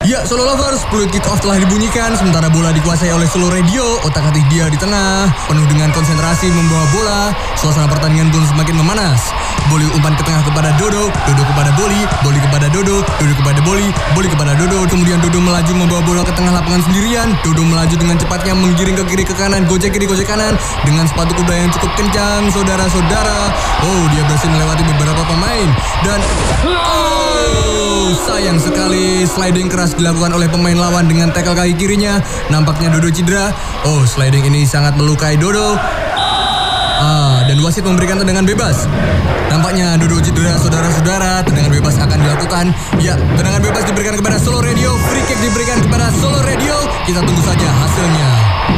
Ya, Solo Lovers, peluit kick off telah dibunyikan sementara bola dikuasai oleh Solo Radio. Otak-atik dia di tengah, penuh dengan konsentrasi membawa bola. Suasana pertandingan pun semakin memanas. Boli umpan ke tengah kepada Dodo, Dodo kepada Boli kepada Dodo, Dodo kepada Boli kepada Dodo. Kemudian Dodo melaju membawa bola ke tengah lapangan sendirian. Dodo melaju dengan cepatnya menggiring ke kiri ke kanan, gojek kiri gojek kanan dengan sepatu kuda yang cukup kencang, saudara-saudara. Oh, dia berhasil melewati beberapa pemain dan sayang sekali sliding keras dilakukan oleh pemain lawan dengan tackle kaki kirinya. Nampaknya Dodo cedera. Oh, sliding ini sangat melukai Dodo. Dan wasit memberikan tendangan bebas. Nampaknya Dodo cedera, saudara-saudara. Tendangan bebas akan dilakukan. Ya, tendangan bebas diberikan kepada Solo Radio. Free kick diberikan kepada Solo Radio. Kita tunggu saja hasilnya.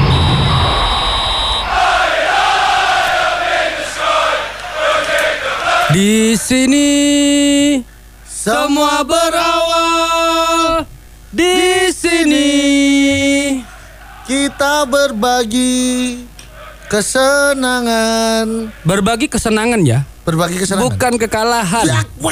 Di sini semua berawal. Di sini kita berbagi kesenangan. Berbagi kesenangan ya. Berbagi kesenangan. Bukan kekalahan.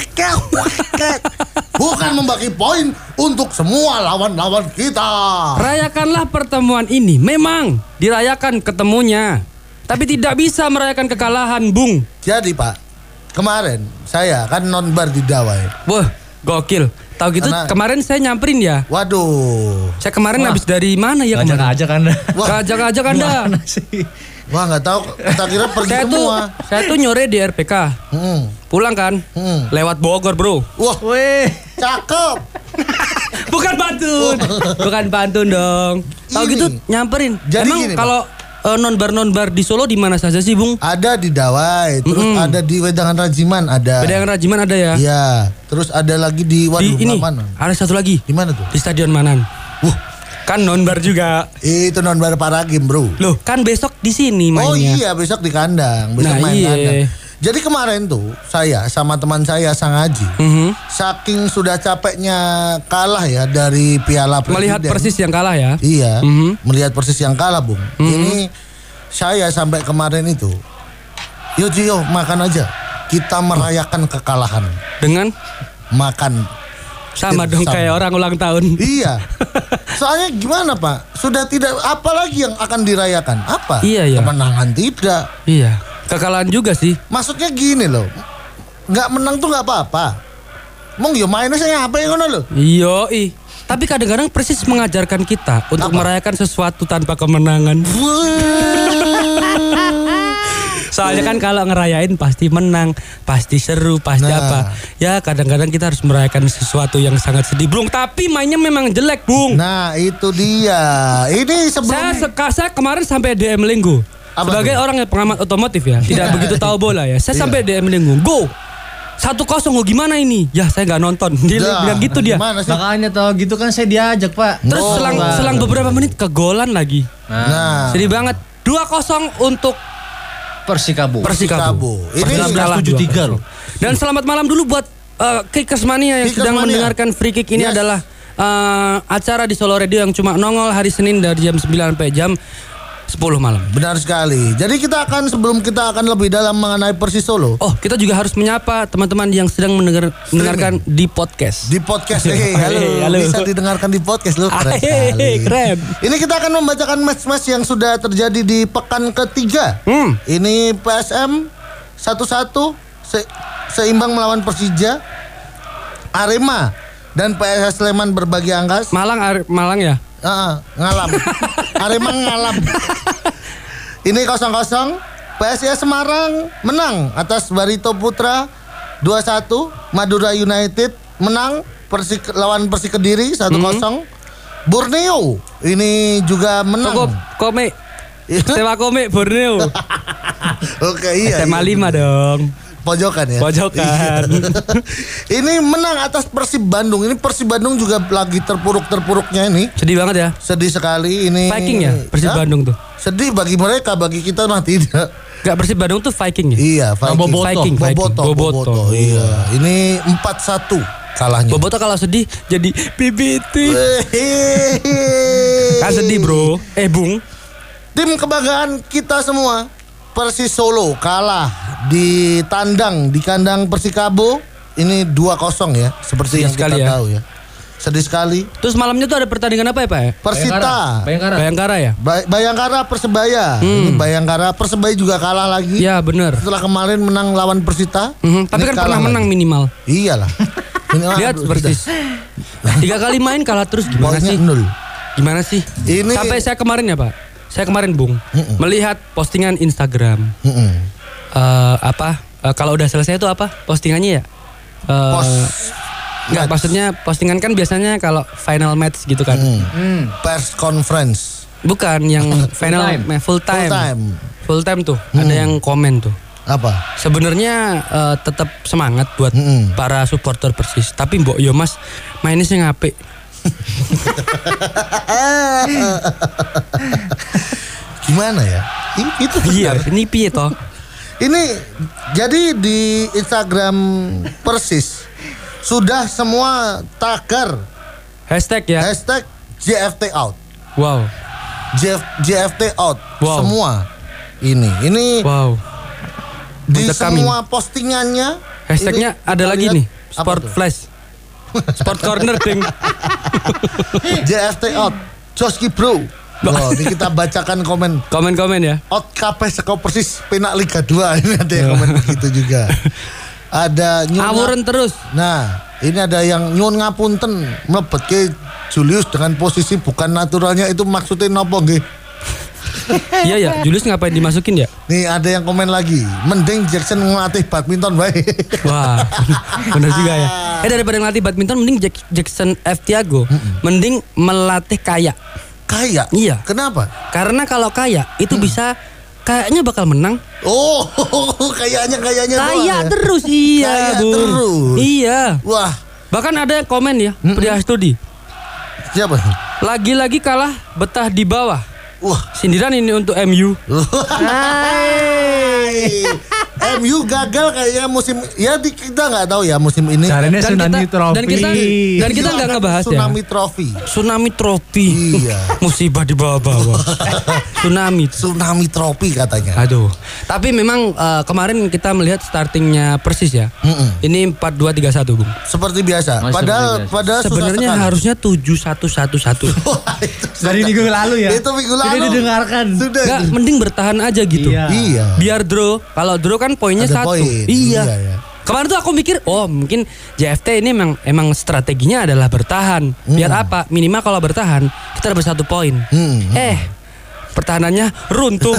Bukan membagi poin untuk semua lawan-lawan kita. Rayakanlah pertemuan ini. Memang dirayakan ketemunya, tapi tidak bisa merayakan kekalahan, Bung. Jadi Pak, kemarin saya kan nonbar di Dawai. Wah, gokil. Tahu gitu kemarin saya nyamperin ya. Waduh. Saya kemarin habis dari mana ya kemarin? Ngajak-ngajak Anda. Ngajak-ngajak Anda. Mana sih? Wah, nggak tahu. Kita kira pergi semua. Saya tuh nyore di RPK. Pulang kan? Lewat Bogor, Bro. Wah, Weh, cakep. Bukan Pantun. Bukan Pantun dong. Tahu gitu nyamperin. Jadi emang kalau non-bar di Solo di mana saja sih, Bung? Ada di Dawai, terus ada di Wedangan Rajiman ada. Wedangan Rajiman ada ya? Iya, terus ada lagi di mana? Ada satu lagi. Di mana tuh? Di Stadion Manan. Kan non-bar juga. Itu non-bar Paragim, Bro. Loh, kan besok di sini mainnya. Oh iya, besok di kandang. Besok main kandang. Jadi kemarin tuh saya sama teman saya Sang Haji, saking sudah capeknya kalah ya dari Piala Presiden. Melihat Persis yang kalah ya? Iya, melihat Persis yang kalah, Bung. Ini saya sampai kemarin itu, yuk makan aja. Kita merayakan kekalahan. Dengan? Makan. Sama dong kayak orang ulang tahun. Iya. Soalnya gimana Pak? Sudah tidak apa lagi yang akan dirayakan? Apa? Iya. Kemenangan tidak. Iya. Kekalahan juga sih. Maksudnya gini loh. Nggak menang tuh nggak apa-apa. Mong yo mainnya saya apa yang ngono loh. Iya. Tapi kadang-kadang Persis mengajarkan kita untuk merayakan sesuatu tanpa kemenangan. Soalnya kan kalau ngerayain pasti menang, pasti seru, pasti apa. Ya kadang-kadang kita harus merayakan sesuatu yang sangat sedih, Bung. Tapi mainnya memang jelek, Bung. Nah itu dia. Ini sebelum saya kemarin sampai DM Linggo. Sebagai orang yang pengamat otomotif ya, tidak begitu tahu bola ya. Saya sampai DM Linggo. Go 1-0 gimana ini? Ya saya nggak nonton. Dia bilang gitu dia. Makanya tahu gitu kan saya diajak Pak. Terus selang beberapa menit kegolan lagi. Sedih banget. 2-0 untuk Persikabo. Ini 1973 loh. Dan selamat malam dulu buat Kickers Mania yang sedang mendengarkan Free Kick ini adalah acara di Solo Radio yang cuma nongol hari Senin dari jam 9 sampai jam 10 malam. Benar sekali. Jadi sebelum kita akan lebih dalam mengenai Persis Solo. Oh, kita juga harus menyapa teman-teman yang sedang mendengarkan di podcast. Di podcast. Halo. Bisa didengarkan di podcast loh. Keren sekali. Keren. Ini kita akan membacakan match-match yang sudah terjadi di pekan ketiga. Ini PSM 1-1 seimbang melawan Persija. Arema dan PSS Sleman berbagi angka. Malang ya? Ngalam. Arema ngalam. Ini 0-0. PSIS Semarang menang atas Barito Putra 2-1. Madura United menang lawan Persik Kediri 1-0. Borneo ini juga menang. Sewa komik Borneo. Oke, iya. SMA 5 dong. Pojokan ya. Ini menang atas Persib Bandung. Ini Persib Bandung juga lagi terpuruk-terpuruknya ini. Sedih banget ya. Sedih sekali ini. Viking ya Persib Bandung tuh. Sedih bagi mereka, bagi kita mah tidak. Gak, Persib Bandung tuh Viking ya. Iya, Viking. Boboto. Iya. Ini 4-1 kalahnya. Boboto kalau sedih jadi PBT. Kan sedih, Bro. Bung. Tim kebanggaan kita semua. Persis Solo kalah di kandang Persikabo ini 2-0 ya, seperti yang kita tahu ya. Sedih sekali. Terus malamnya tuh ada pertandingan apa ya Pak ya? Persita. Bayangkara ya? Bayangkara Persebaya. Ini Bayangkara Persebaya juga kalah lagi. Ya benar. Setelah kemarin menang lawan Persita. Tapi kan pernah menang lagi. Minimal. Iyalah. Lihat Persis. 3 kali main kalah terus gimana Poinnya sih? 0. Gimana sih? Ini Sampai saya kemarin ya Pak. Saya kemarin Bung melihat postingan Instagram. Kalau udah selesai itu apa? Postingannya ya? Enggak, maksudnya postingan kan biasanya kalau final match gitu kan. Press conference. Bukan yang final full time. Full time tuh. Ada yang komen tuh. Apa? Sebenarnya tetap semangat buat para supporter Persis. Tapi mbok yo Mas mainnya sing apik. Gimana ya? Itu benar. Iya, ini piye toh? Ini jadi di Instagram Persis sudah semua tagar Hashtag ya. hashtag JFT out. Wow. JFT out. Wow. Semua. Ini Wow. di Mencekam semua postingannya. Hashtagnya ini ada kita lagi lihat nih. apa Sport tuh? Flash. Sport Corner ding. JFT out. Joski bro. Loh, ini kita bacakan komen. Komen-komen ya. Out KP Seko Persis penak Liga 2. Ini ada yang komen begitu juga. Ada Awuran terus. Nah, ini ada yang nyuwun ngapunten mlebet ke Julius dengan posisi bukan naturalnya itu maksudnya nopo nggih? Iya ya, Julius ngapain dimasukin ya? Nih ada yang komen lagi, mending Jackson ngelatih badminton bae. Wah, benar juga ya. Daripada ngelatih badminton mending Jackson F. Tiago. Mending melatih kayak. Kayak? Iya. Kenapa? Karena kalau kayak itu bisa kayaknya bakal menang. Oh, kayaknya Kayak doang ya? terus iya, Kayak Bung. terus. Iya. Wah, Bahkan ada yang komen ya, Pria Studi. siapa? Lagi-lagi kalah betah di bawah. Wah. Sindiran ini untuk MU. MU gagal kayaknya musim kita nggak tahu ya musim ini. Caranya Tsunami Trophy. Dan kita nggak ngebahas ya. Tsunami Trophy. Tsunami Trophy. Iya. Musibah di bawah-bawah. Tsunami Trophy katanya. Aduh. Tapi memang kemarin kita melihat startingnya Persis ya. Ini 4-2-3-1, Bung. Seperti biasa. Padahal Sebenarnya harusnya 7-1-1-1. Dari minggu lalu ya. Itu minggu lalu. Tidak didengarkan. Sudah. Enggak, mending bertahan aja gitu. Iya. Biar draw. Kalau draw kan poinnya Ada 1. poin. Iya. Iya. Kemarin tuh aku mikir, mungkin JFT ini emang strateginya adalah bertahan. Biar apa? Minimal kalau bertahan kita dapat 1 poin. Pertahanannya runtuh.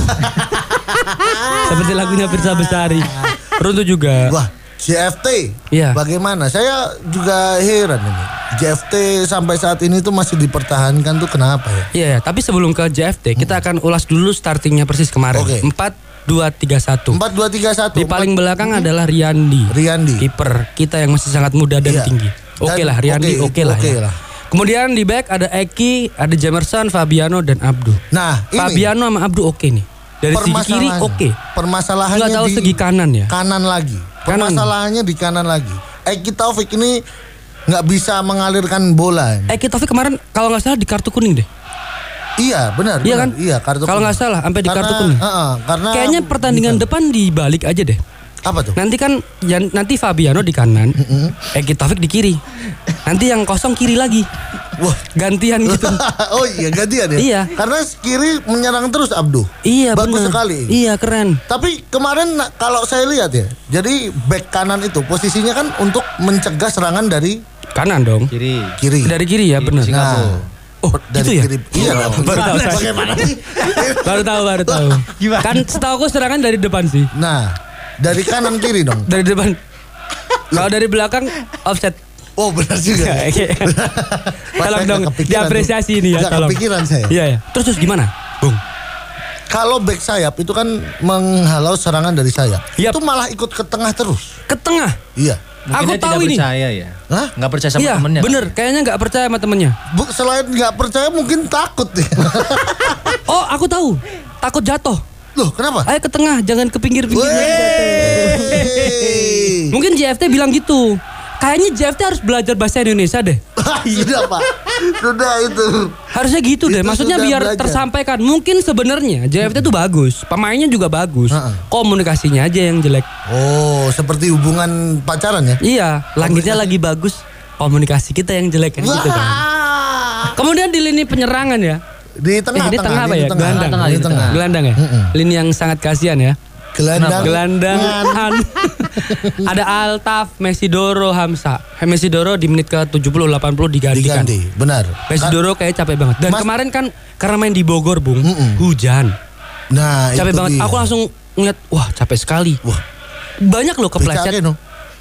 Seperti lagunya Firsa Besari. Runtuh juga. Wah, JFT. Iya. Bagaimana? Saya juga heran ini. JFT sampai saat ini tuh masih dipertahankan tuh kenapa ya? Iya, tapi sebelum ke JFT kita akan ulas dulu startingnya Persis kemarin. Oke. 4-2-3-1. 4-2-3-1. Di paling belakang adalah Riyandi. Kiper kita yang masih sangat muda dan Iya. tinggi. Oke lah, Riyandi oke lah. Oke Ya. lah. Kemudian di back ada Eki, ada Jamerson, Fabiano dan Abdu. Nah, ini Fabiano sama Abdu oke nih. Dari segi kiri oke. Permasalahannya Nggak tahu di segi kanan ya. Kanan lagi. Kanan. Permasalahannya di kanan lagi. Eki Taufik ini nggak bisa mengalirkan bola. Eki Taufik kemarin kalau nggak salah di kartu kuning deh. Iya benar. Iya kan? Iya kartu. Kalau kuning. nggak salah sampai di kartu kuning. Karena Kayaknya pertandingan depan dibalik aja deh. apa tuh? Nanti kan nanti Fabiano di kanan, Eki Taufik di kiri. Nanti yang kosong kiri lagi. Wah, gantian gitu. Oh iya gantian ya. Iya. Karena kiri menyerang terus Abdu. Iya bagus bener. sekali. Iya keren. Tapi kemarin kalau saya lihat ya, jadi back kanan itu posisinya kan untuk mencegah serangan dari Kanan dong. kiri. Dari kiri ya benar. Nah, Oh dari itu ya. kiri. Iya. Baru tahu saya. Bagaimana sih? Baru tahu. Gimana? Kan setahu aku serangan dari depan sih. Nah, dari kanan kiri dong. Dari depan. Kalau dari belakang offset. Oh benar juga. Tolong dong diapresiasi ini ya. Gak Tolong. kepikiran saya. Iya ya. Terus gimana, Bung? Kalau back sayap itu kan menghalau serangan dari sayap. Yap. Itu malah ikut ke tengah terus. Ke tengah. Iya. Aku tahu ini. Percaya ya. Hah? Nggak percaya sama Iya, temennya. bener. Kayaknya nggak percaya sama temennya. Selain nggak percaya mungkin takut ya. Oh, aku tahu. Takut jatuh. Loh kenapa? Ayo ke tengah, jangan ke pinggir-pinggir. Wey. Mungkin JFT bilang gitu. Kayaknya JFT harus belajar bahasa Indonesia deh. Sudah Pak. Sudah itu. Harusnya gitu deh. Itu Maksudnya sudah biar belajar. tersampaikan. Mungkin sebenarnya JFT itu bagus. Pemainnya juga bagus. Komunikasinya aja yang jelek. Oh, seperti hubungan pacaran ya? Iya, langitnya lagi bagus. komunikasi kita yang jelek kan gitu kan. Kemudian di lini penyerangan ya. Di tengah, Ini tengah apa ya? Gelandang. Di tengah. Gelandang ya. Lini yang sangat kasihan ya. Gelandangan. Ada Altaf, Mesidoro, Hamsa. Mesidoro di menit ke 70 80 digantikan. Benar. Mesidoro kayak capek banget. Dan kemarin kan karena main di Bogor, Bung, hujan. Nah, capek banget. Dia. Aku langsung ngeliat, wah capek sekali. Wah. Banyak loh kepleset. No?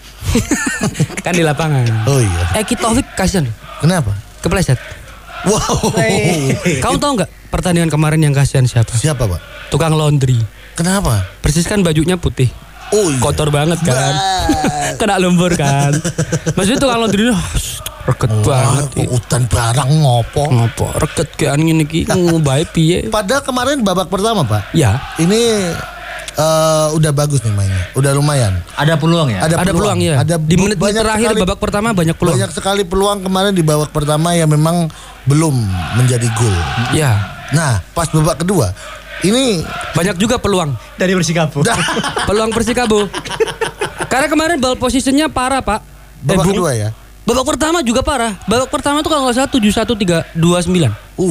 Kan di lapangan. Oh iya. Eki Taufik kasihan. Kenapa? Kepleset. Wow. Kamu tahu nggak pertandingan kemarin yang kasihan siapa? Siapa, Pak? Tukang laundry. Kenapa? Persis kan bajunya putih. Oh iya. Kotor banget kan. Kena lumpur kan. Maksudnya tukang laundry reket banget. Utan barang ngopo. Reket kayak angin iki bae piye. Padahal kemarin babak pertama, Pak. Ya. Ini udah bagus nih mainnya. Udah lumayan. Ada peluang ya? Ada peluang ya. Di menit terakhir sekali, babak pertama banyak peluang. Banyak sekali peluang kemarin di babak pertama yang memang belum menjadi gol. Ya. Nah, pas babak kedua ini banyak juga peluang dari Persikabo. Peluang Persikabo. Karena kemarin ball positionnya parah, Pak. Babak kedua ya. Babak pertama juga parah. Babak pertama tuh kalau nggak salah 71-329.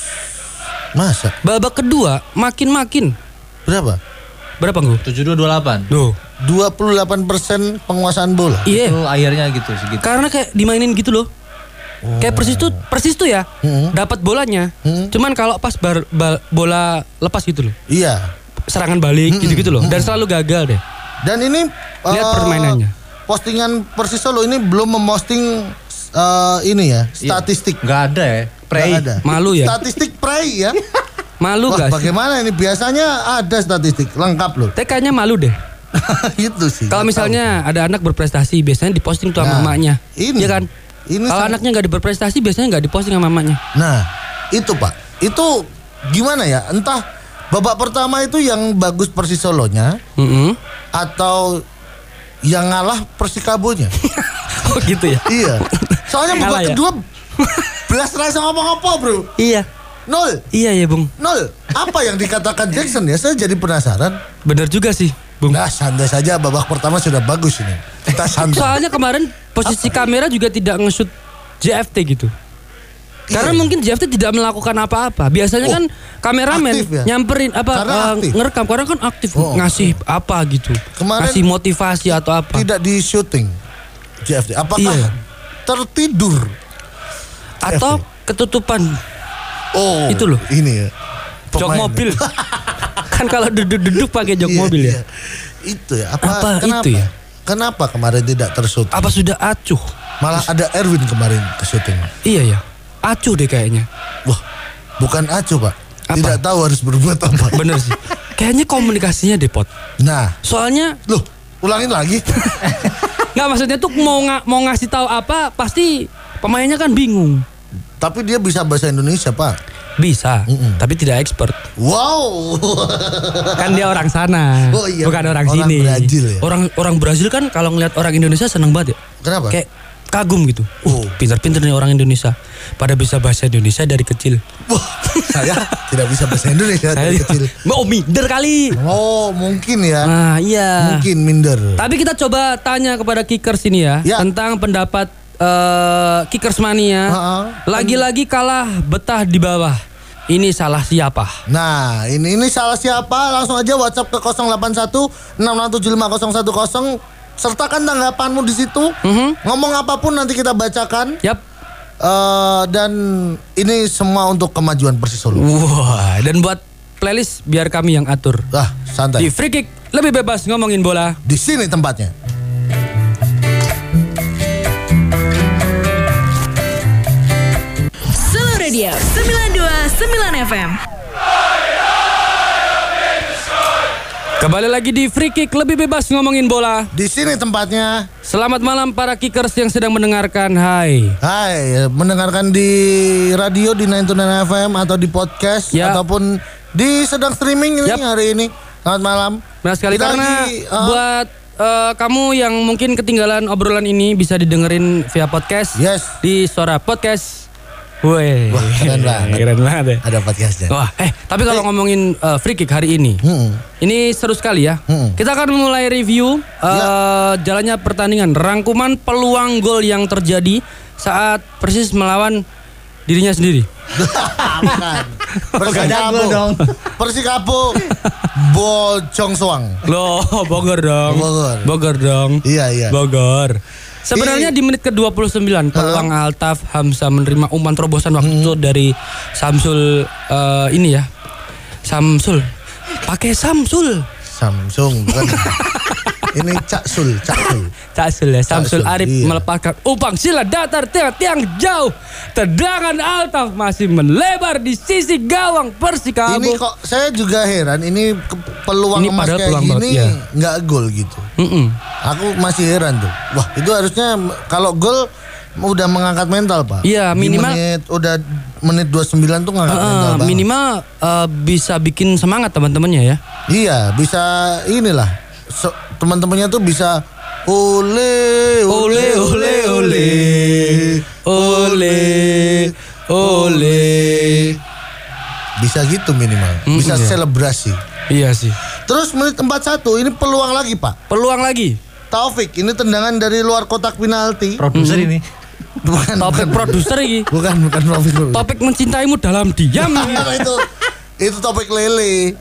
Masa? Babak kedua makin. Berapa? Berapa Nggu? 72-28. Duh. 28% penguasaan bola. Iya. Itu akhirnya gitu segitu. Karena kayak dimainin gitu loh. Kayak persis tuh ya. Dapat bolanya. Cuman kalau pas bola lepas gitu loh. Iya. Serangan balik gitu-gitu loh. Dan selalu gagal deh. Dan ini lihat permainannya. Postingan Persis Solo ini belum memposting ini ya, statistik. Nggak ada ya. Nggak ada. Malu ya. Statistik prei ya. Malu gak sih? Bagaimana ini? Biasanya ada statistik lengkap loh. TK-nya malu deh. Itu sih. Kalau misalnya ada anak berprestasi, biasanya diposting tuh sama mamanya. Iya kan? Kalau anaknya nggak berprestasi, biasanya nggak diposting sama mamanya. Nah, itu Pak. Itu gimana ya? Entah babak pertama itu yang bagus Persis Solonya, atau yang ngalah Persikabonya. Oh gitu ya? Iya. Soalnya babak kedua belas rasa ngomong-ngomong bro. Iya. 0. Iya ya Bung. 0. Apa yang dikatakan Jackson ya? Saya jadi penasaran. Benar juga sih Bung. Nah santai saja, babak pertama sudah bagus ini. Kita santai. Soalnya kemarin posisi kamera juga tidak nge-shoot JFT gitu. Karena mungkin JFT tidak melakukan apa-apa. Biasanya kan kameramen ya? nyamperin ngerekam. Karena kan aktif ngasih apa gitu. Kemarin ngasih motivasi atau apa. Tidak di syuting JFT. Apakah tertidur? Atau ketutupan? Oh, itu loh. Ini ya. Jok mobil. Kan kalau duduk pakai jok mobil ya. Itu ya. Kenapa? Itu ya? Kenapa kemarin tidak tersyuting? Apa sudah acuh? Malah ada Erwin kemarin ke syuting. Iya ya. Acuh deh kayaknya. Wah, bukan acuh Pak. Apa? Tidak tahu harus berbuat apa. Bener sih. Kayaknya komunikasinya depot. Nah, soalnya loh, ulangin lagi. Nggak, maksudnya tuh mau ngasih tahu apa pasti pemainnya kan bingung. Tapi dia bisa bahasa Indonesia Pak. Bisa, tapi tidak expert. Wow. Kan dia orang sana, bukan orang sini. Brazil ya? Orang Brazil kan kalau ngeliat orang Indonesia seneng banget ya. Kenapa? Kayak kagum gitu. Pintar-pintar nih orang Indonesia. Pada bisa bahasa Indonesia dari kecil. Wah, saya tidak bisa bahasa Indonesia dari kecil. Oh, minder kali. Oh, mungkin ya. Nah, iya. Mungkin minder. Tapi kita coba tanya kepada kickers ini ya. Tentang pendapat Kickers Mania. Lagi-lagi kalah betah di bawah. Ini salah siapa? Nah, ini salah siapa? Langsung aja WhatsApp ke 081 6675010. Sertakan tanggapanmu di situ. Ngomong apapun nanti kita bacakan. Yap. Dan ini semua untuk kemajuan Persis Solo. Wah, dan buat playlist biar kami yang atur. Santai. Di Free Kick lebih bebas ngomongin bola. Di sini tempatnya. Radio 92.9 FM. Kembali lagi di Free Kick lebih bebas ngomongin bola. Di sini tempatnya. Selamat malam para kickers yang sedang mendengarkan. Hai, mendengarkan di radio di 929 FM atau di podcast ataupun di sedang streaming ini hari ini. Selamat malam. Benar sekali. Kita karena buat kamu yang mungkin ketinggalan obrolan ini bisa didengerin via podcast. Yes. Di Sora Podcast. Wih, Wah, keren banget. Keren banget ya. Ada podcastnya. Wah, tapi kalau ngomongin free kick hari ini, ini seru sekali ya. Kita akan mulai review jalannya pertandingan, rangkuman peluang gol yang terjadi saat Persis melawan dirinya sendiri. Bukan. Persikabo dong. Persikabo Bojong Soang. Loh, Bogor dong. Bogor dong. Iya. Bogor. Sebenarnya di menit ke-29 peluang Altaf Hamzah menerima umpan terobosan waktu itu dari Samsul ini ya. Samsul. Pakai Samsul. Samsung bukan. Ini Caksul ya. Samsul Arif iya. melepaskan umpan sila datar tiang jauh. Tendangan Altaf masih melebar di sisi gawang Persikabo. Ini kok saya juga heran ini peluang ini emas kayak peluang gini ya. nggak gol gitu. Aku masih heran tuh. Wah, itu harusnya kalau gol udah mengangkat mental, Pak. Iya, minimal menit 29 tuh ngangkat mental banget. Minimal bisa bikin semangat teman-temannya ya. Iya, bisa inilah. Teman-temannya tuh bisa ole. Bisa gitu minimal. Bisa selebrasi. Iya sih. Terus menit 41 ini peluang lagi, Pak. Peluang lagi. Taufik, ini tendangan dari luar kotak penalti. Produser ini. Bukan. Produser ini. Bukan Taufik. Topik mencintaimu dalam diam. itu Taufik Lele.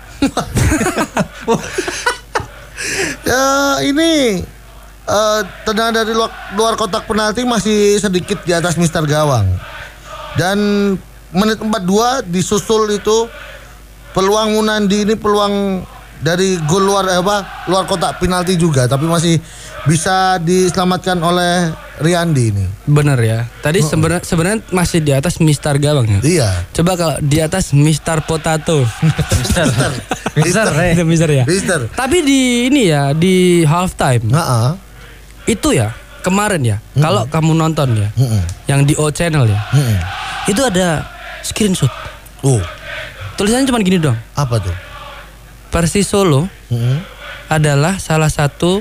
Ya, ini tendangan dari luar kotak penalti masih sedikit di atas Mister Gawang. Dan menit 42 disusul itu peluang Munandi, ini peluang dari gol luar kotak penalti juga, tapi masih bisa diselamatkan oleh Riyandi ini. Bener ya. Tadi sebenarnya masih di atas Mister Gawang ya. Iya. Coba kalau di atas Mister Potato. Mister ya. Mister. Tapi di ini ya, di half time. Itu ya kemarin ya. Kalau kamu nonton ya, yang di O Channel ya. Itu ada screenshot. Tulisannya cuma gini doang. Apa tuh? Persis Solo adalah salah satu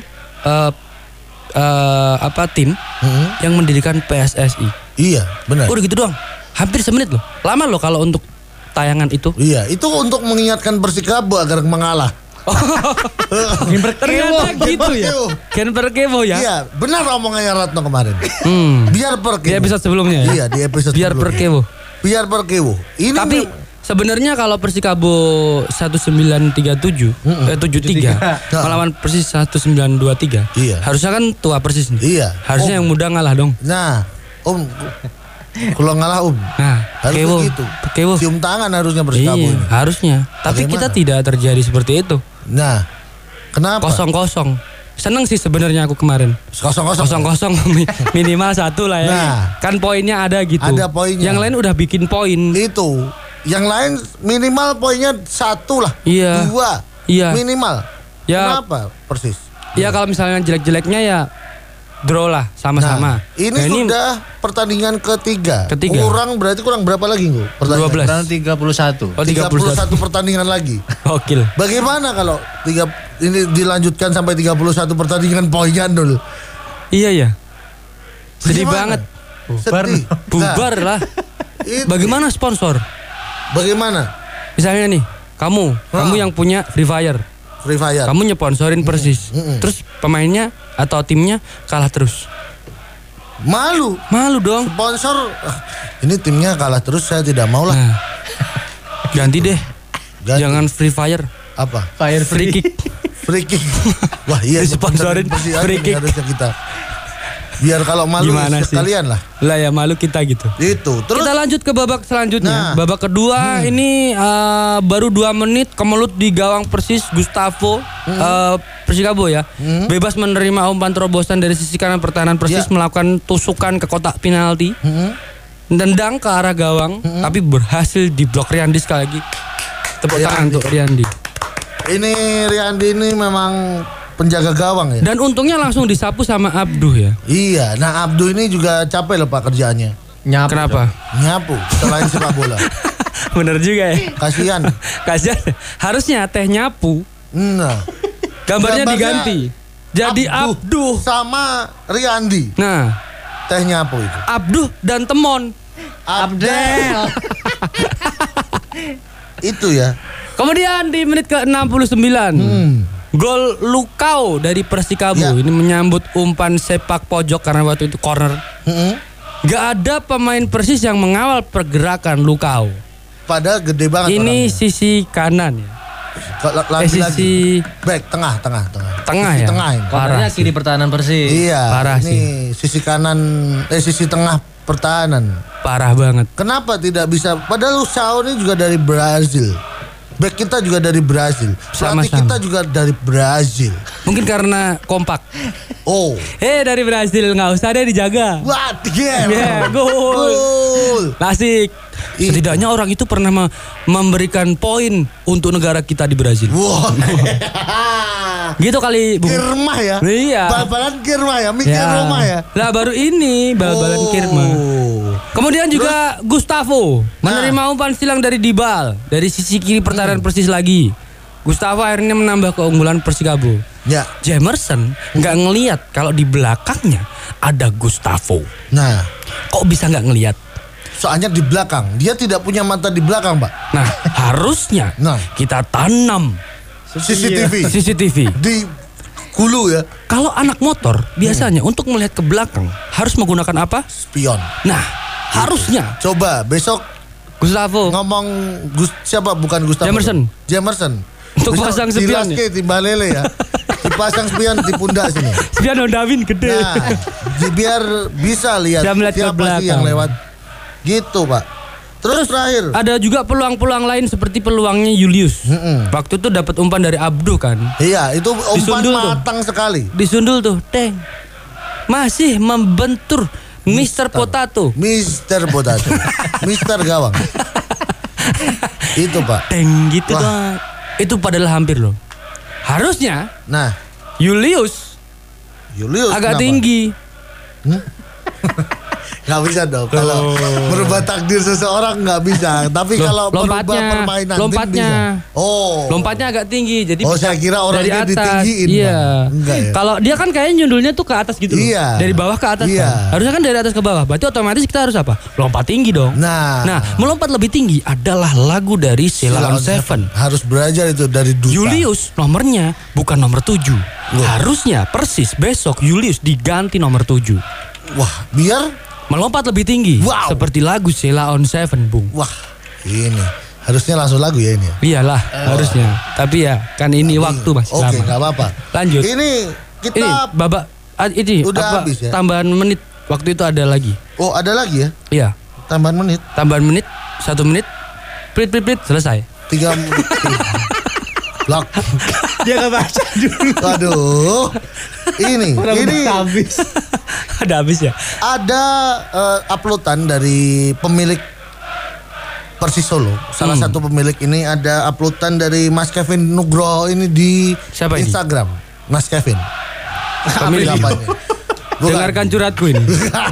tim yang mendirikan PSSI. Iya, benar. Udah gitu doang. Hampir semenit loh. Lama loh kalau untuk tayangan itu. Iya, itu untuk mengingatkan Persikabo agar mengalah. Ternyata gitu ya. Gen Perkewo ya. Iya, benar omongannya Ratno kemarin. Biar Perkewo. Di episode sebelumnya ya. Iya, di episode Biar sebelumnya. Biar Perkewo. Ini tapi sebenarnya kalau Persikabo 1937 73 melawan Persis 1923. Iya. Harusnya kan tua Persis nih. Iya. Harusnya yang muda ngalah dong. Nah, kalau ngalah Nah, harusnya gitu. Cium tangan harusnya Persikabo ini. Harusnya. Tapi bagaimana? kita tidak terjadi seperti itu. Nah, kenapa? 0-0. Seneng sih sebenarnya aku kemarin. 0-0 minimal 1 lah ya. Nah, kan poinnya ada gitu. Ada poinnya. Yang lain udah bikin poin. Itu. Yang lain minimal poinnya 1 lah. Iya. 2. Iya. Minimal. Ya. Kenapa? Persis. Ya kalau misalnya jelek-jeleknya ya draw lah sama-sama. Nah, ini sudah pertandingan ketiga. Kurang berapa lagi, Nggu? 12. Kurang 31. Oh, 31 pertandingan lagi. Gokil. Bagaimana kalau ini dilanjutkan sampai 31 pertandingan poinnya 0? Iya ya. Sedih Bagaimana? banget. Bubar lah. Bagaimana sponsor? Bagaimana? Misalnya nih, kamu yang punya Free Fire. Kamu nyponsorin Persis. Terus pemainnya atau timnya kalah terus. Malu dong. Sponsor ini timnya kalah terus, saya tidak mau lah. Nah, ganti deh. Jangan Free Fire. Apa? Free kick. Free kick. Wah, iya sponsorin free kick. Harusnya kita. Biar kalau malu sekalian lah. Lah ya malu kita gitu. Itu. Terus kita lanjut ke babak selanjutnya. Nah. Babak kedua ini baru 2 menit kemelut di gawang Persis Gustavo Persikabo ya. Bebas menerima umpan terobosan dari sisi kanan pertahanan Persis melakukan tusukan ke kotak penalti. Tendang ke arah gawang tapi berhasil diblok Riyandi sekali lagi. Tepuk tangan untuk Riyandi. Ini Riyandi ini memang penjaga gawang ya. Dan untungnya langsung disapu sama Abduh ya. Iya, nah Abduh ini juga capek loh Pak kerjaannya. Nyapu. Kenapa? Nyapu selain sepak bola. Bener juga ya. Kasihan. Harusnya teh nyapu. Nah, gambarnya diganti. Jadi Abduh sama Riyandi. Nah, teh nyapu itu. Abduh dan Temon. Abdel. Itu ya. Kemudian di menit ke-69 gol Lukau dari Persikabo Ya. ini menyambut umpan sepak pojok karena waktu itu corner. Gak ada pemain Persis yang mengawal pergerakan Lukau. Padahal gede banget Ini orangnya. sisi kanan ya. Lagi-lagi. sisi Back tengah. tengah Sisi ya. tengah ini. Parah Cornernya sih. kiri pertahanan Persis. Iya. Parah ini sisi kanan sisi tengah pertahanan. Parah banget. Kenapa tidak bisa? Padahal Luciao ini juga dari Brazil. Back kita juga dari Brazil. Pelatih Sama-sama. kita juga dari Brazil. Mungkin karena kompak. Oh. Dari Brasil nggak usah deh dijaga. What? Yeah. Gol. Gol. Klasik. Setidaknya orang itu pernah memberikan poin untuk negara kita di Brazil. Wah. Gitu kali, Bung. Kirmah ya. Iya. Bal-balan Kirmah ya. Mikir rumah ya. Lah baru ini bal-balan Kirma. Kemudian juga Gustavo menerima umpan silang dari Dibal dari sisi kiri pertahanan Persis lagi. Gustavo akhirnya menambah keunggulan Persikabo. Ya. Jamerson nggak ngelihat kalau di belakangnya ada Gustavo. Nah, Kok bisa nggak ngelihat? soalnya di belakang. Dia tidak punya mata di belakang, Pak. Nah, harusnya Nah. kita tanam CCTV. Di hulu ya. Kalau anak motor biasanya untuk melihat ke belakang harus menggunakan apa? Spion. Nah, harusnya Coba besok Gustavo ngomong siapa bukan Gustavo. Jamerson. Untuk Besok pasang spion di Timbalele ya. Dipasang spion di pundak sini. Spion Honda Win gede. Nah, biar bisa lihat Bisa melihat ke siapa sih belakang. yang lewat. Gitu, Pak. Terus terakhir. Ada juga peluang-peluang lain seperti peluangnya Julius. Waktu itu dapat umpan dari Abduh kan. Iya, itu umpan Disundul tuh. matang sekali. Disundul tuh, teng. Masih membentur Mr. Potato. Mister Potato. Mister Gawang. Itu, Pak. Teng gitu Wah. doang. Itu padahal hampir loh. Harusnya Nah, Julius Julius agak kenapa? tinggi. Nggak bisa dong. Kalau merubah takdir seseorang nggak bisa. Tapi Loh, kalau merubah lompatnya, permainan tim lompatnya. bisa. Oh. Lompatnya agak tinggi, jadi Oh, bisa saya kira orangnya dari atas. ditinggiin, Iya. Bang. Enggak ya? Kalau dia kan kayaknya nyundulnya tuh ke atas gitu loh. Iya. Dari bawah ke atas Iya. kan. Harusnya kan dari atas ke bawah. Berarti otomatis kita harus apa? Lompat tinggi dong. Nah. melompat lebih tinggi adalah lagu dari Sheila on Seven. Harus belajar itu dari duta. Julius nomornya bukan nomor 7. Harusnya Persis besok Julius diganti nomor 7. Wah, biar Melompat lebih tinggi. Wow. Seperti lagu Sheila on Seven, Bung. wah, ini harusnya langsung lagu ya ini. Iyalah, harusnya. Tapi ya, kan ini waktu masih Oke, lama. nggak apa-apa. Lanjut. Ini kita Ini babak ini Udah apa, habis ya? tambahan menit. Waktu itu ada lagi. Oh, ada lagi ya? Iya, Tambahan menit. tambahan menit, 1 menit. Plit selesai. 3 menit. Blok. Dia nggak baca dulu. Aduh. Ini Habis. Ada habis ya? ada uploadan dari pemilik Persis Solo. Salah satu pemilik ini ada uploadan dari Mas Kevin Nugroho ini di Siapa ini? Instagram. Mas Kevin. Pemilik. Apanya? Bukan. Dengarkan curhatku ini.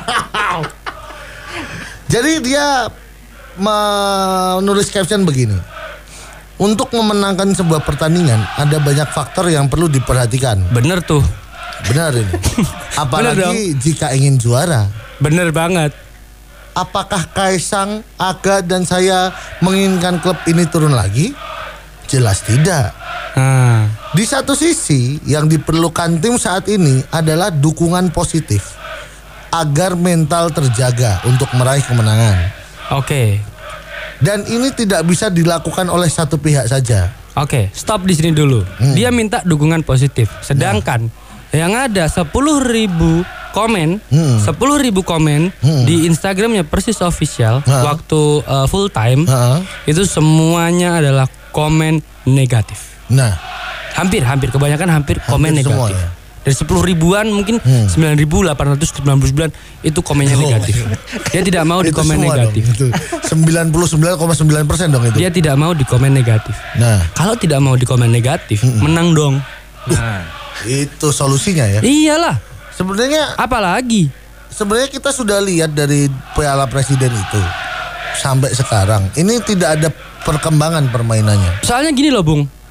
Jadi dia menulis caption begini. Untuk memenangkan sebuah pertandingan ada banyak faktor yang perlu diperhatikan. Bener tuh. Benar ini. Benar Apalagi jika ingin juara. Bener banget. Apakah Kaisang, Aga dan saya menginginkan klub ini turun lagi? Jelas tidak. Nah, Di satu sisi yang diperlukan tim saat ini adalah dukungan positif agar mental terjaga untuk meraih kemenangan. oke. Dan ini tidak bisa dilakukan oleh satu pihak saja. Oke, stop di sini dulu. Dia minta dukungan positif. Sedangkan yang ada 10.000 komen, 10.000 komen di Instagramnya Persis Official waktu full time itu semuanya adalah komen negatif. Nah, Hampir kebanyakan komen Hampir semua negatif. ya? Dari 10 ribuan mungkin 9.899 itu komennya negatif. Dia tidak mau di itu komen semua negatif. dong, itu 99,9% dong itu. Dia tidak mau di komen negatif. Nah, Kalau tidak mau di komen negatif, menang dong. itu solusinya ya. Iyalah, Sebenarnya apalagi kita sudah lihat dari Piala Presiden itu sampai sekarang ini tidak ada perkembangan permainannya. soalnya gini loh, Bung.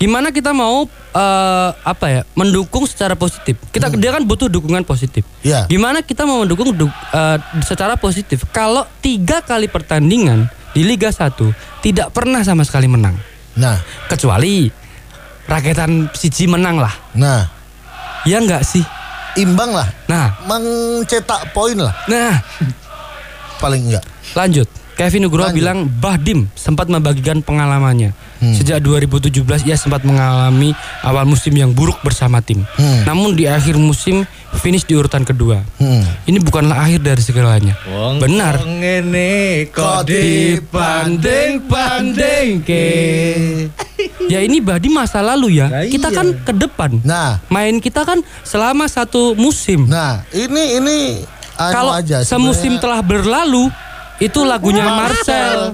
Gimana kita mau mendukung secara positif? Dia kan butuh dukungan positif. Iya. Gimana kita mau mendukung secara positif kalau 3 kali pertandingan di Liga 1 tidak pernah sama sekali menang? Nah, Kecuali Raketan siji menang lah. nah, Ya enggak sih? imbang lah. Nah, Mencetak poin lah paling enggak. lanjut. Kevin Nugroho bilang Bahdim sempat membagikan pengalamannya. Sejak 2017 ia sempat mengalami awal musim yang buruk bersama tim. Namun di akhir musim finish di urutan kedua. Ini bukanlah akhir dari segalanya. Benar. Ngene kok dibanding-banding ke. Ya ini Bahdim masa lalu ya. Nah, Kita iya. kan ke depan. Nah, Main kita kan selama 1 musim. nah, ini Kalau aja semusim sebenarnya. telah berlalu, itu lagunya Marcel.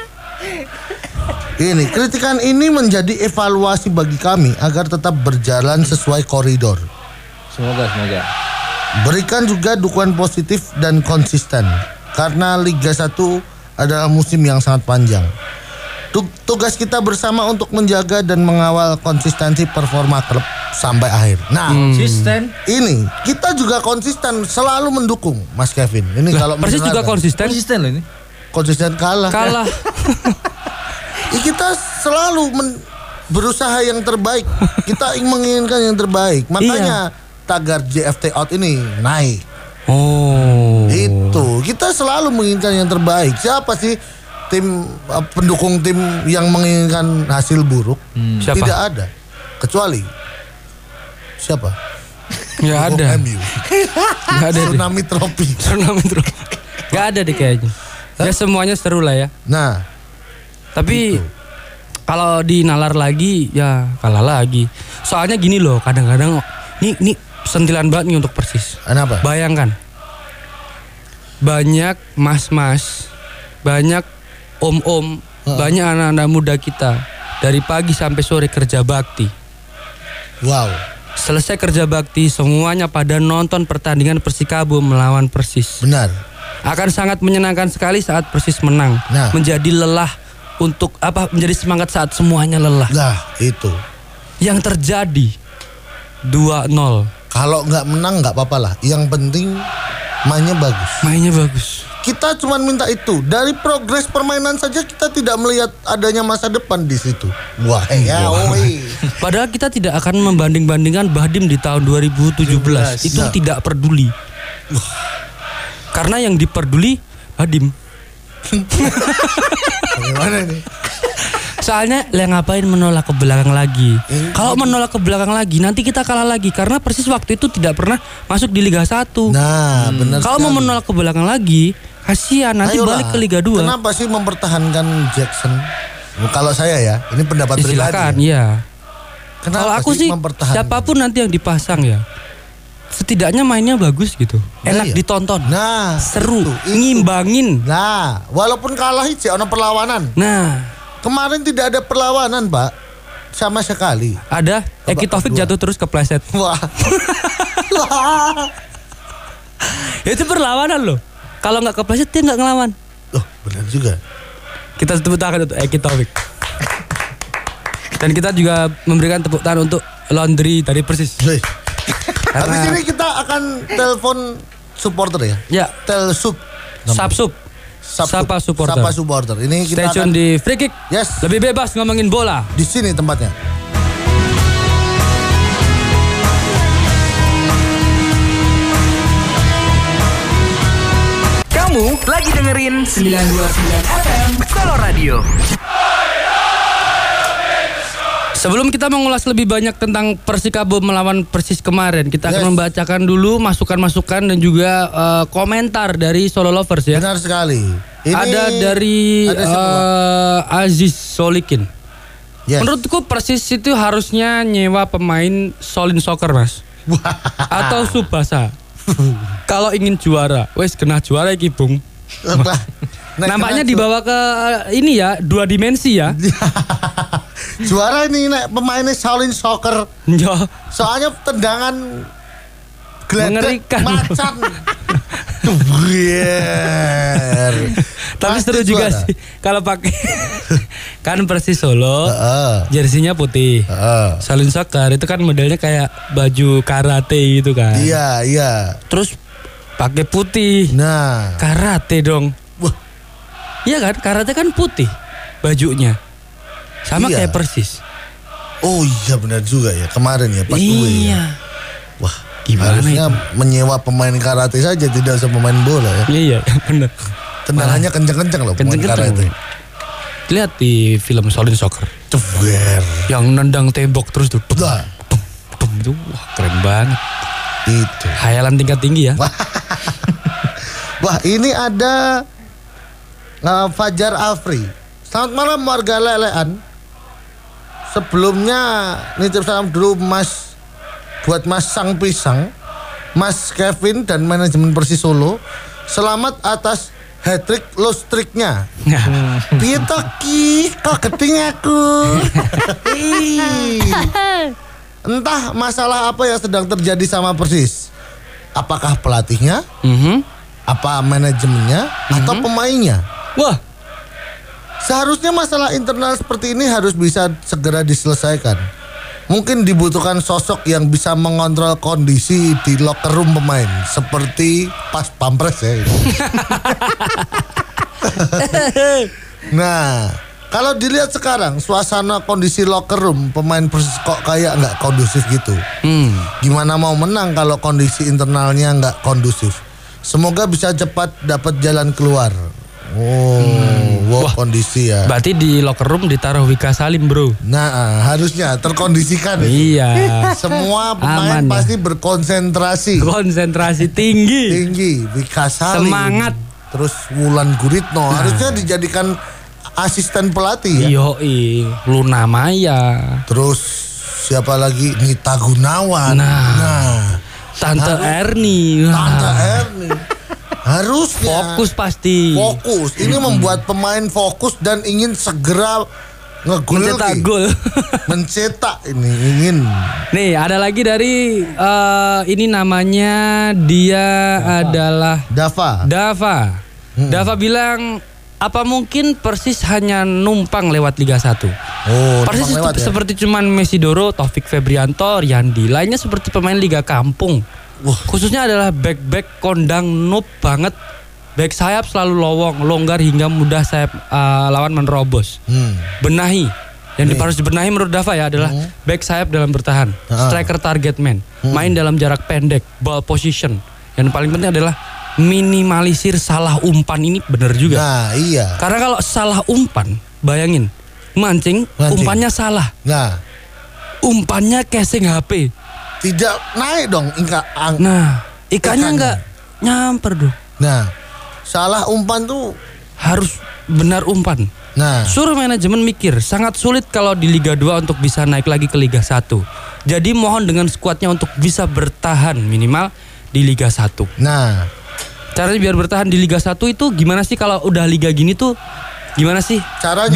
Ini kritikan ini menjadi evaluasi bagi kami agar tetap berjalan sesuai koridor. Semoga. Berikan juga dukungan positif dan konsisten karena Liga 1 adalah musim yang sangat panjang. Tugas kita bersama untuk menjaga dan mengawal konsistensi performa klub sampai akhir. Nah, Konsisten. ini kita juga konsisten selalu mendukung Mas Kevin. Ini kalau Persis juga mendengarkan. konsisten. Loh ini. Konsisten kalah. Kalah. Kita selalu berusaha yang terbaik. Kita menginginkan yang terbaik. Makanya tagar JFT out ini naik. Oh. Itu kita selalu menginginkan yang terbaik. Siapa sih pendukung tim yang menginginkan hasil buruk? Siapa? Tidak ada. Kecuali siapa? Nggak Pendukung ada. MU. Nggak ada deh. Tsunami Tropi. Tsunami terus. Nggak ada deh kayaknya. Ya semuanya seru lah ya. Nah, Tapi kalau dinalar lagi ya kalah lagi. Soalnya gini loh, kadang-kadang ini sentilan banget nih untuk Persis. kenapa? Bayangkan. Banyak mas-mas, banyak om-om, banyak anak-anak muda kita dari pagi sampai sore kerja bakti. Wow. Selesai kerja bakti, semuanya pada nonton pertandingan Persikabo melawan Persis. Benar. Akan sangat menyenangkan sekali saat Persis menang. Nah. Menjadi lelah menjadi semangat saat semuanya lelah. Lah, itu. Yang terjadi 2-0. Kalau nggak menang nggak apa-apa lah. Yang penting mainnya bagus. Mainnya bagus. Kita cuma minta itu. Dari progres permainan saja kita tidak melihat adanya masa depan di situ. Wah, ya, woi. Padahal kita tidak akan membanding-bandingkan Bahdim di tahun 2017. Itu Nah. tidak peduli. Karena yang diperduli Bahdim. Bagaimana nih? Soalnya ngapain menolak ke belakang lagi? Kalau menolak ke belakang lagi nanti kita kalah lagi karena Persis waktu itu tidak pernah masuk di Liga 1. Nah, benar. Kalau mau sekali. menolak ke belakang lagi, kasihan nanti Ayolah. balik ke Liga 2. Kenapa sih mempertahankan Jackson? Kalau saya ya, ini pendapat pribadi. Silakan, ya. ya. Kenapa Kalau aku sih mempertahankan? siapapun nanti yang dipasang ya, setidaknya mainnya bagus gitu, enak iya. ditonton, Nah, seru, itu. ngimbangin. Nah, walaupun kalah sih ono perlawanan. Nah, Kemarin tidak ada perlawanan, Pak. Sama sekali. ada Eki Taufik kedua. jatuh terus kepleset. Wah. Itu perlawanan loh. Kalau nggak kepleset dia nggak ngelawan. Loh, benar juga. Kita tepuk tangan untuk Eki Taufik. Dan kita juga memberikan tepuk tangan untuk Laundry dari Persis. Wih. Karena- Habis ini kita akan telepon supporter ya. Ya, Telsup. Sapsup. Sapa supporter. Sapa supporter. Ini kita Stay tune akan di Free Kick. Yes. Lebih bebas ngomongin bola. di sini tempatnya. Kamu lagi dengerin 929 FM Solo Radio. Sebelum kita mengulas lebih banyak tentang Persikabo melawan Persis kemarin, kita akan Yes. membacakan dulu masukan-masukan dan juga komentar dari Solo Lovers ya. Benar sekali. Ini Ada dari ada siapa? Aziz Solikin. Yes. Menurutku Persis itu harusnya nyewa pemain Solin Soccer, Mas. Atau Subasa. Kalau ingin juara, wes kena juara iki, Bung. Nampaknya dibawa ke ini ya, 2 dimensi ya. Juara ini nek pemainnya Shaolin Soccer. Ya. Soalnya tendangan gledek Mengerikan. macan. Tapi seru Pasti juga juara. sih kalau pakai kan Persis Solo, Heeh. jersinya putih. Heeh. Shaolin Soccer itu kan modelnya kayak baju karate gitu kan. Iya, iya. Terus pakai putih. Nah, Karate dong. wah, Iya kan? Karate kan putih bajunya. Sama Iya. kayak Persis. oh iya benar juga ya kemarin ya pas gue ya. Iya. Wah, Gimana harusnya menyewa pemain karate saja tidak usah pemain bola ya. Iya, bener. Tendangannya kenceng-kenceng loh pemain Kenceng-kenceng. karate. Lihat di film Shaolin Soccer. Cewer. Yang nendang tembok terus tuh. Dum, Wah. dum, dum, itu wah keren banget. Itu. Khayalan tingkat tinggi ya. Wah, ini ada Fajar Afri. Selamat malam warga Lelean. Sebelumnya nitip salam dulu Mas buat Mas Sang Pisang, Mas Kevin dan manajemen Persis Solo. Selamat atas hat-trick lost trick-nya. Piye to ki? Kok gedeng aku? Entah masalah apa yang sedang terjadi sama Persis. Apakah pelatihnya? Apa manajemennya? Atau pemainnya? Wah, Seharusnya masalah internal seperti ini harus bisa segera diselesaikan. Mungkin dibutuhkan sosok yang bisa mengontrol kondisi di locker room pemain, seperti pas pampres ya. Nah, kalau dilihat sekarang suasana kondisi locker room pemain Persis kok kayak nggak kondusif gitu. Gimana mau menang kalau kondisi internalnya nggak kondusif? Semoga bisa cepat dapat jalan keluar. Wah, kondisi ya. berarti di locker room ditaruh Wika Salim, bro. Nah, harusnya terkondisikan. Iya. Semua pemain Aman ya. pasti berkonsentrasi Konsentrasi tinggi. tinggi. Wika Salim, Semangat. terus Wulan Guritno harusnya dijadikan asisten pelatih ya. Yoi, Luna Maya, Terus siapa lagi? Nita Gunawan. Nah. Tante Erni. Tante Erni. Harusnya Fokus pasti. Fokus. Ini membuat pemain fokus dan ingin segera ngegol. Mencetak gol. Mencetak ini ingin. Nih, ada lagi dari ini namanya dia adalah Dava. Dava bilang, apa mungkin Persis hanya numpang lewat Liga 1? Oh, Persis numpang lewat ya? seperti cuman Mesidoro, Taufik Febrianto, Yandi. Lainnya seperti pemain Liga Kampung. Khususnya adalah back kondang noob banget. Back sayap selalu longgar hingga mudah sayap lawan menerobos. Benahi. Yang harus dibenahi menurut Dava ya adalah back sayap dalam bertahan, striker target man, main dalam jarak pendek, ball position. Yang paling penting adalah minimalisir salah umpan. Ini benar juga. Nah, iya. Karena kalau salah umpan, bayangin, mancing. Umpannya salah. Nah, Umpannya casing HP. tidak naik dong Nah, ikannya nggak nyamper dong. Nah, salah umpan tuh. Harus benar umpan. Nah, Suruh manajemen mikir, sangat sulit kalau di Liga 2 untuk bisa naik lagi ke Liga 1. Jadi mohon dengan skuadnya untuk bisa bertahan minimal di Liga 1. nah, Caranya biar bertahan di Liga 1 itu gimana sih kalau udah liga gini tuh? Gimana sih? Caranya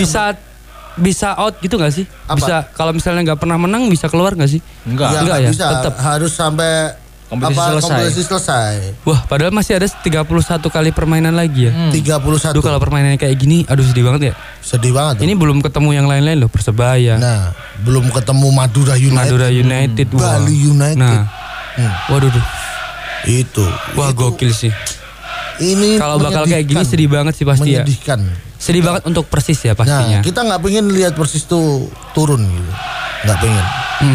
bisa out gitu nggak sih? Apa? Bisa kalau misalnya nggak pernah menang bisa keluar nggak sih? Enggak. Enggak nggak ya, bisa. tetap. Harus sampai kompetisi selesai. Wah, padahal masih ada 31 kali permainan lagi ya. 31. Aduh, kalau permainannya kayak gini, aduh sedih banget ya. Sedih banget. Ini belum ketemu yang lain-lain loh, Persebaya, Nah, belum ketemu Madura United. Madura United, wah. Bali United. Nah, waduh, duh. Itu. Wah gokil sih. Ini Kalau bakal kayak gini menyedihkan. sedih banget sih pasti ya. Menyedihkan. Sedih banget untuk Persis ya pastinya. Nah, kita nggak pengen lihat Persis tuh turun gitu. Nggak pengen.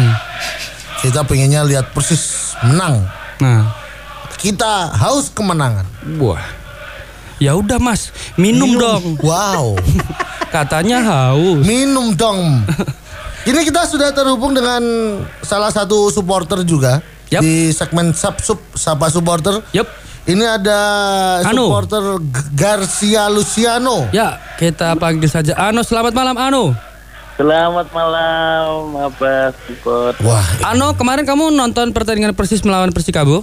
Kita pengennya lihat Persis menang. Nah, Kita haus kemenangan. wah. Ya udah Mas, minum dong. Wow. Katanya haus. Minum dong. Ini kita sudah terhubung dengan salah satu supporter juga. Yap. Di segmen Sapa Supporter. Yup. Ini ada Anu. supporter Garcia Luciano. Ya, kita panggil saja Ano. Selamat malam Ano. Selamat malam, Abah Support. Wah, Ano, kemarin kamu nonton pertandingan Persis melawan Persikabo?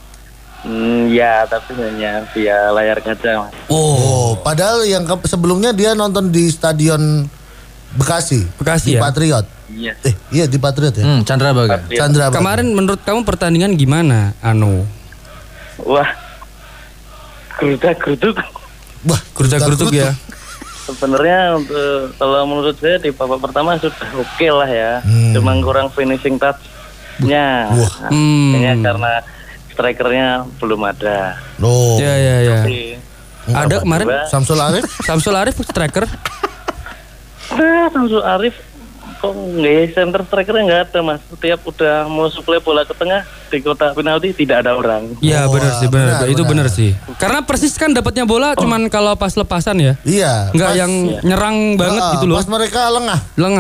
Ya, tapi hanya via layar kaca, Mas. oh, padahal yang sebelumnya dia nonton di Stadion Bekasi. Bekasi di ya? Patriot. Iya. Iya di Patriot ya. Chandra Baga. Chandra Baga. Kemarin menurut kamu pertandingan gimana, Ano? Wah, gerudak-geruduk. Wah, Gerudak-geruduk ya. Sebenarnya untuk kalau menurut saya di babak pertama sudah oke lah ya. Cuma kurang finishing touch-nya. Kayaknya karena strikernya belum ada. Loh. Ya. Tapi, Ada kemarin Samsul Arif striker. Samsul Arif kok nggak center strikernya nggak ada mas. Setiap udah mau suplai bola ke tengah di kotak penalti tidak ada orang. Iya benar sih, benar. Itu benar. benar sih. Karena Persis kan dapatnya bola cuman kalau pas lepasan ya. Iya. Nggak yang nyerang banget gitu loh. Pas mereka lengah.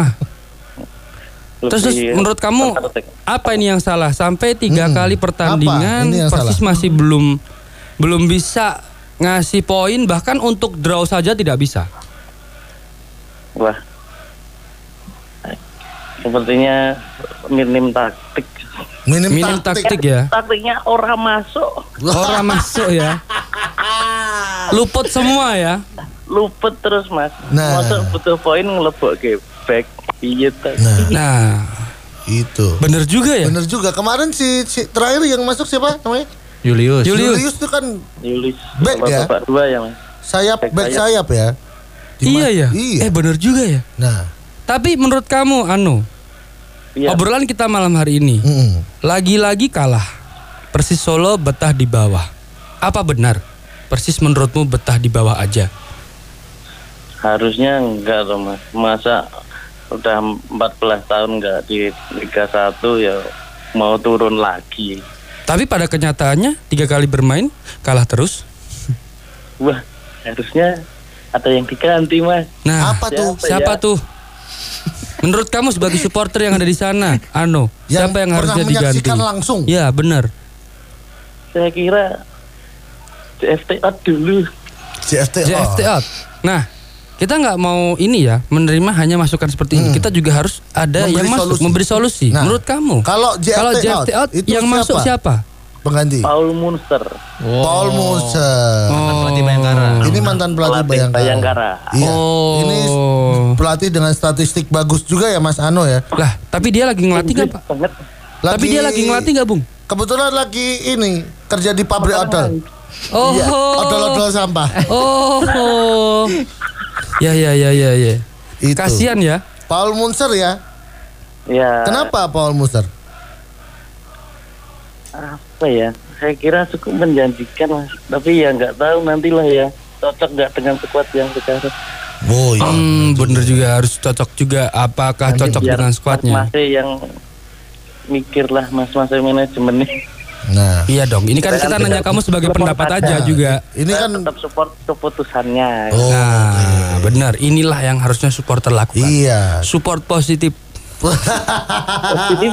Terus menurut kamu apa ini yang salah? Sampai 3 kali pertandingan Ini yang Persis salah. masih belum bisa ngasih poin, bahkan untuk draw saja tidak bisa. Wah, sepertinya minim taktik. Minim taktik ya. Taktiknya orang masuk. Orang masuk ya. Luput semua ya. Luput terus mas. Nah. Masuk butuh poin ngelebok ke back. Iya. Nah, Itu. bener juga ya. Bener juga. Kemarin si terakhir yang masuk siapa namanya? Julius. Julius itu kan Yulis. Back ya? Babak 2 ya mas. back sayap ya. Iya ya. Iya. Bener juga ya. Nah. Tapi menurut kamu Iya. obrolan kita malam hari ini lagi-lagi kalah. Persis Solo betah di bawah. Apa benar Persis menurutmu betah di bawah aja? Harusnya enggak loh mas. Masa udah 14 tahun enggak di Liga 1 ya mau turun lagi. Tapi pada kenyataannya 3 kali bermain kalah terus. Wah, harusnya ada yang diganti mas. Nah, Apa tuh? siapa tuh? Menurut kamu sebagai supporter yang ada di sana, siapa yang harusnya diganti? menyaksikan langsung. Ya, benar. Saya kira CFT out dulu. JFT out. Nah, kita nggak mau ini ya menerima hanya masukan seperti ini. Kita juga harus ada Memberi yang masuk, solusi. memberi solusi. Nah, menurut kamu? kalau JFT out, itu yang siapa? masuk siapa? Pengganti. Paul Munster. Paul Munster. Pelatih Bayangkara. Ini mantan pelatih Bayangkara. Iya. Oh. Ini pelatih dengan statistik bagus juga ya Mas Ano ya. Lah, tapi dia lagi ngelatih nggak Pak? Banget. Tapi dia lagi ngelatih nggak, Bung? Kebetulan lagi ini kerja di pabrik odol. Oh. Iya, odol-odol sampah. Oh. Ya. Itu. Kasihan ya. Paul Munster ya. Ya. Kenapa Paul Munster? Apa ya? Saya kira cukup menjanjikan mas. Tapi ya nggak tahu nantilah ya. Cocok nggak dengan skuad yang sekarang. Oh iya. Bener juga, harus cocok juga. Apakah Nanti cocok biar dengan skuadnya? Mas yang mikir lah mas manajemen nih. Nah, Iya dong. Ini kan kita nanya kamu sebagai pendapat aja juga. ini Saya kan tetap support keputusannya. oh, Nah, benar. Inilah yang harusnya supporter lakukan. iya. Support positif. Jadi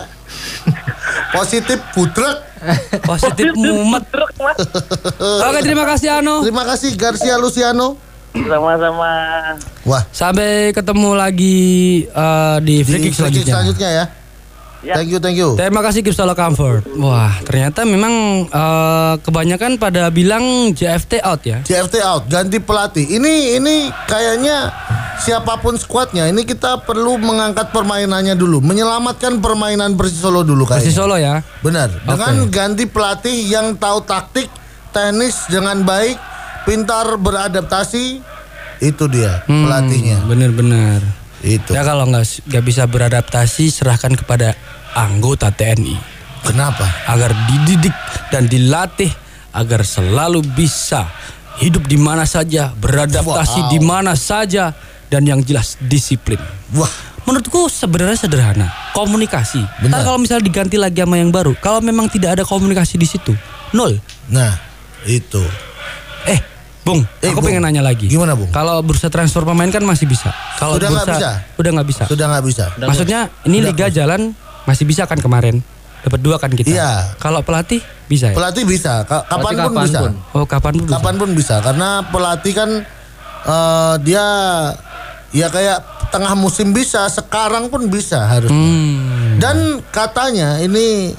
Positif putrek. Positif mumet. truk mas. Oke, terima kasih Ano. Terima kasih Garcia Luciano. Sama-sama. Wah, Sampai ketemu lagi di free kick free kick selanjutnya. selanjutnya ya. Ya. Thank you. Terima kasih Gips Solo Comfort. Wah, ternyata memang kebanyakan pada bilang JFT out ya. JFT out, ganti pelatih. Ini kayaknya siapapun skuadnya, ini kita perlu mengangkat permainannya dulu, menyelamatkan permainan Persis Solo dulu kayaknya. Persis Solo ya. Benar. Dengan ganti pelatih yang tahu taktik, teknis dengan baik, pintar beradaptasi, itu dia pelatihnya. Bener-bener. Itu. Ya kalau nggak bisa beradaptasi, serahkan kepada anggota TNI Kenapa? agar dididik dan dilatih agar selalu bisa hidup di mana saja, beradaptasi di mana saja, dan yang jelas disiplin. Wah, Menurutku sebenarnya sederhana, komunikasi. Benar. Ntar kalau misalnya diganti lagi sama yang baru, kalau memang tidak ada komunikasi di situ, nol. nah itu. Bung, aku Bung. pengen nanya lagi. Gimana, Bung? Kalau bursa transfer pemain kan masih bisa. Kalau Sudah nggak bursa bisa? udah nggak bisa. Sudah nggak bisa. Maksudnya ini Udah liga jalan masih bisa kan kemarin? Dapat 2 kan kita. Iya. Kalau pelatih bisa ya? Pelatih bisa, kapanpun bisa. Oh, kapan bisa? Kapanpun bisa, karena pelatih kan dia ya kayak tengah musim bisa, sekarang pun bisa harusnya. Dan katanya ini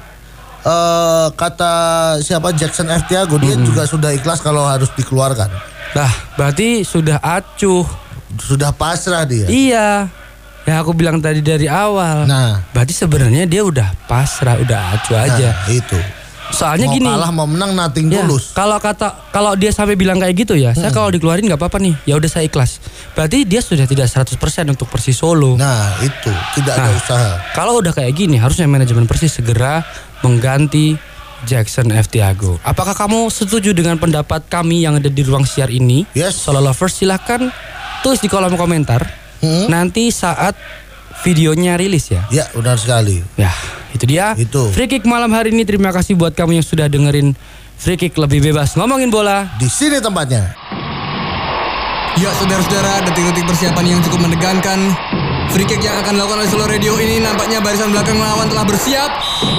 kata siapa Jackson F. Thiago, dia juga sudah ikhlas kalau harus dikeluarkan. Lah, berarti sudah acuh. Sudah pasrah dia. Iya. Ya aku bilang tadi dari awal. Nah. Berarti sebenarnya dia udah pasrah, udah acuh aja. Nah, itu. Soalnya mau gini. Kalah mau menang nothing Ya, tulus. kalau dia sampai bilang kayak gitu ya, saya kalau dikeluarin nggak apa-apa nih. Ya udah saya ikhlas. Berarti dia sudah tidak 100% untuk Persis Solo. Nah, itu tidak ada usaha. Kalau udah kayak gini, harusnya manajemen Persis segera mengganti Jackson F. Thiago. Apakah kamu setuju dengan pendapat kami yang ada di ruang siar ini? Yes. Solo Lovers, silahkan tulis di kolom komentar. Nanti saat videonya rilis ya. Ya, benar sekali. Ya, itu dia. Itu. Free Kick malam hari ini, terima kasih buat kamu yang sudah dengerin Free Kick lebih bebas ngomongin bola. Di sini tempatnya. Ya saudara-saudara, detik-detik persiapan yang cukup menegangkan. Free kick yang akan dilakukan oleh Solo Radio ini nampaknya barisan belakang lawan telah bersiap.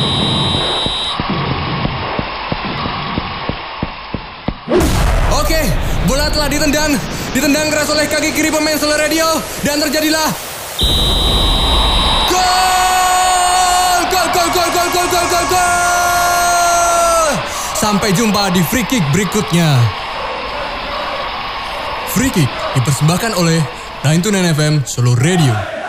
Oke, bola telah ditendang keras oleh kaki kiri pemain Solo Radio dan terjadilah gol. Sampai jumpa di free kick berikutnya. Free kick dipersembahkan oleh 929 FM Solo Radio.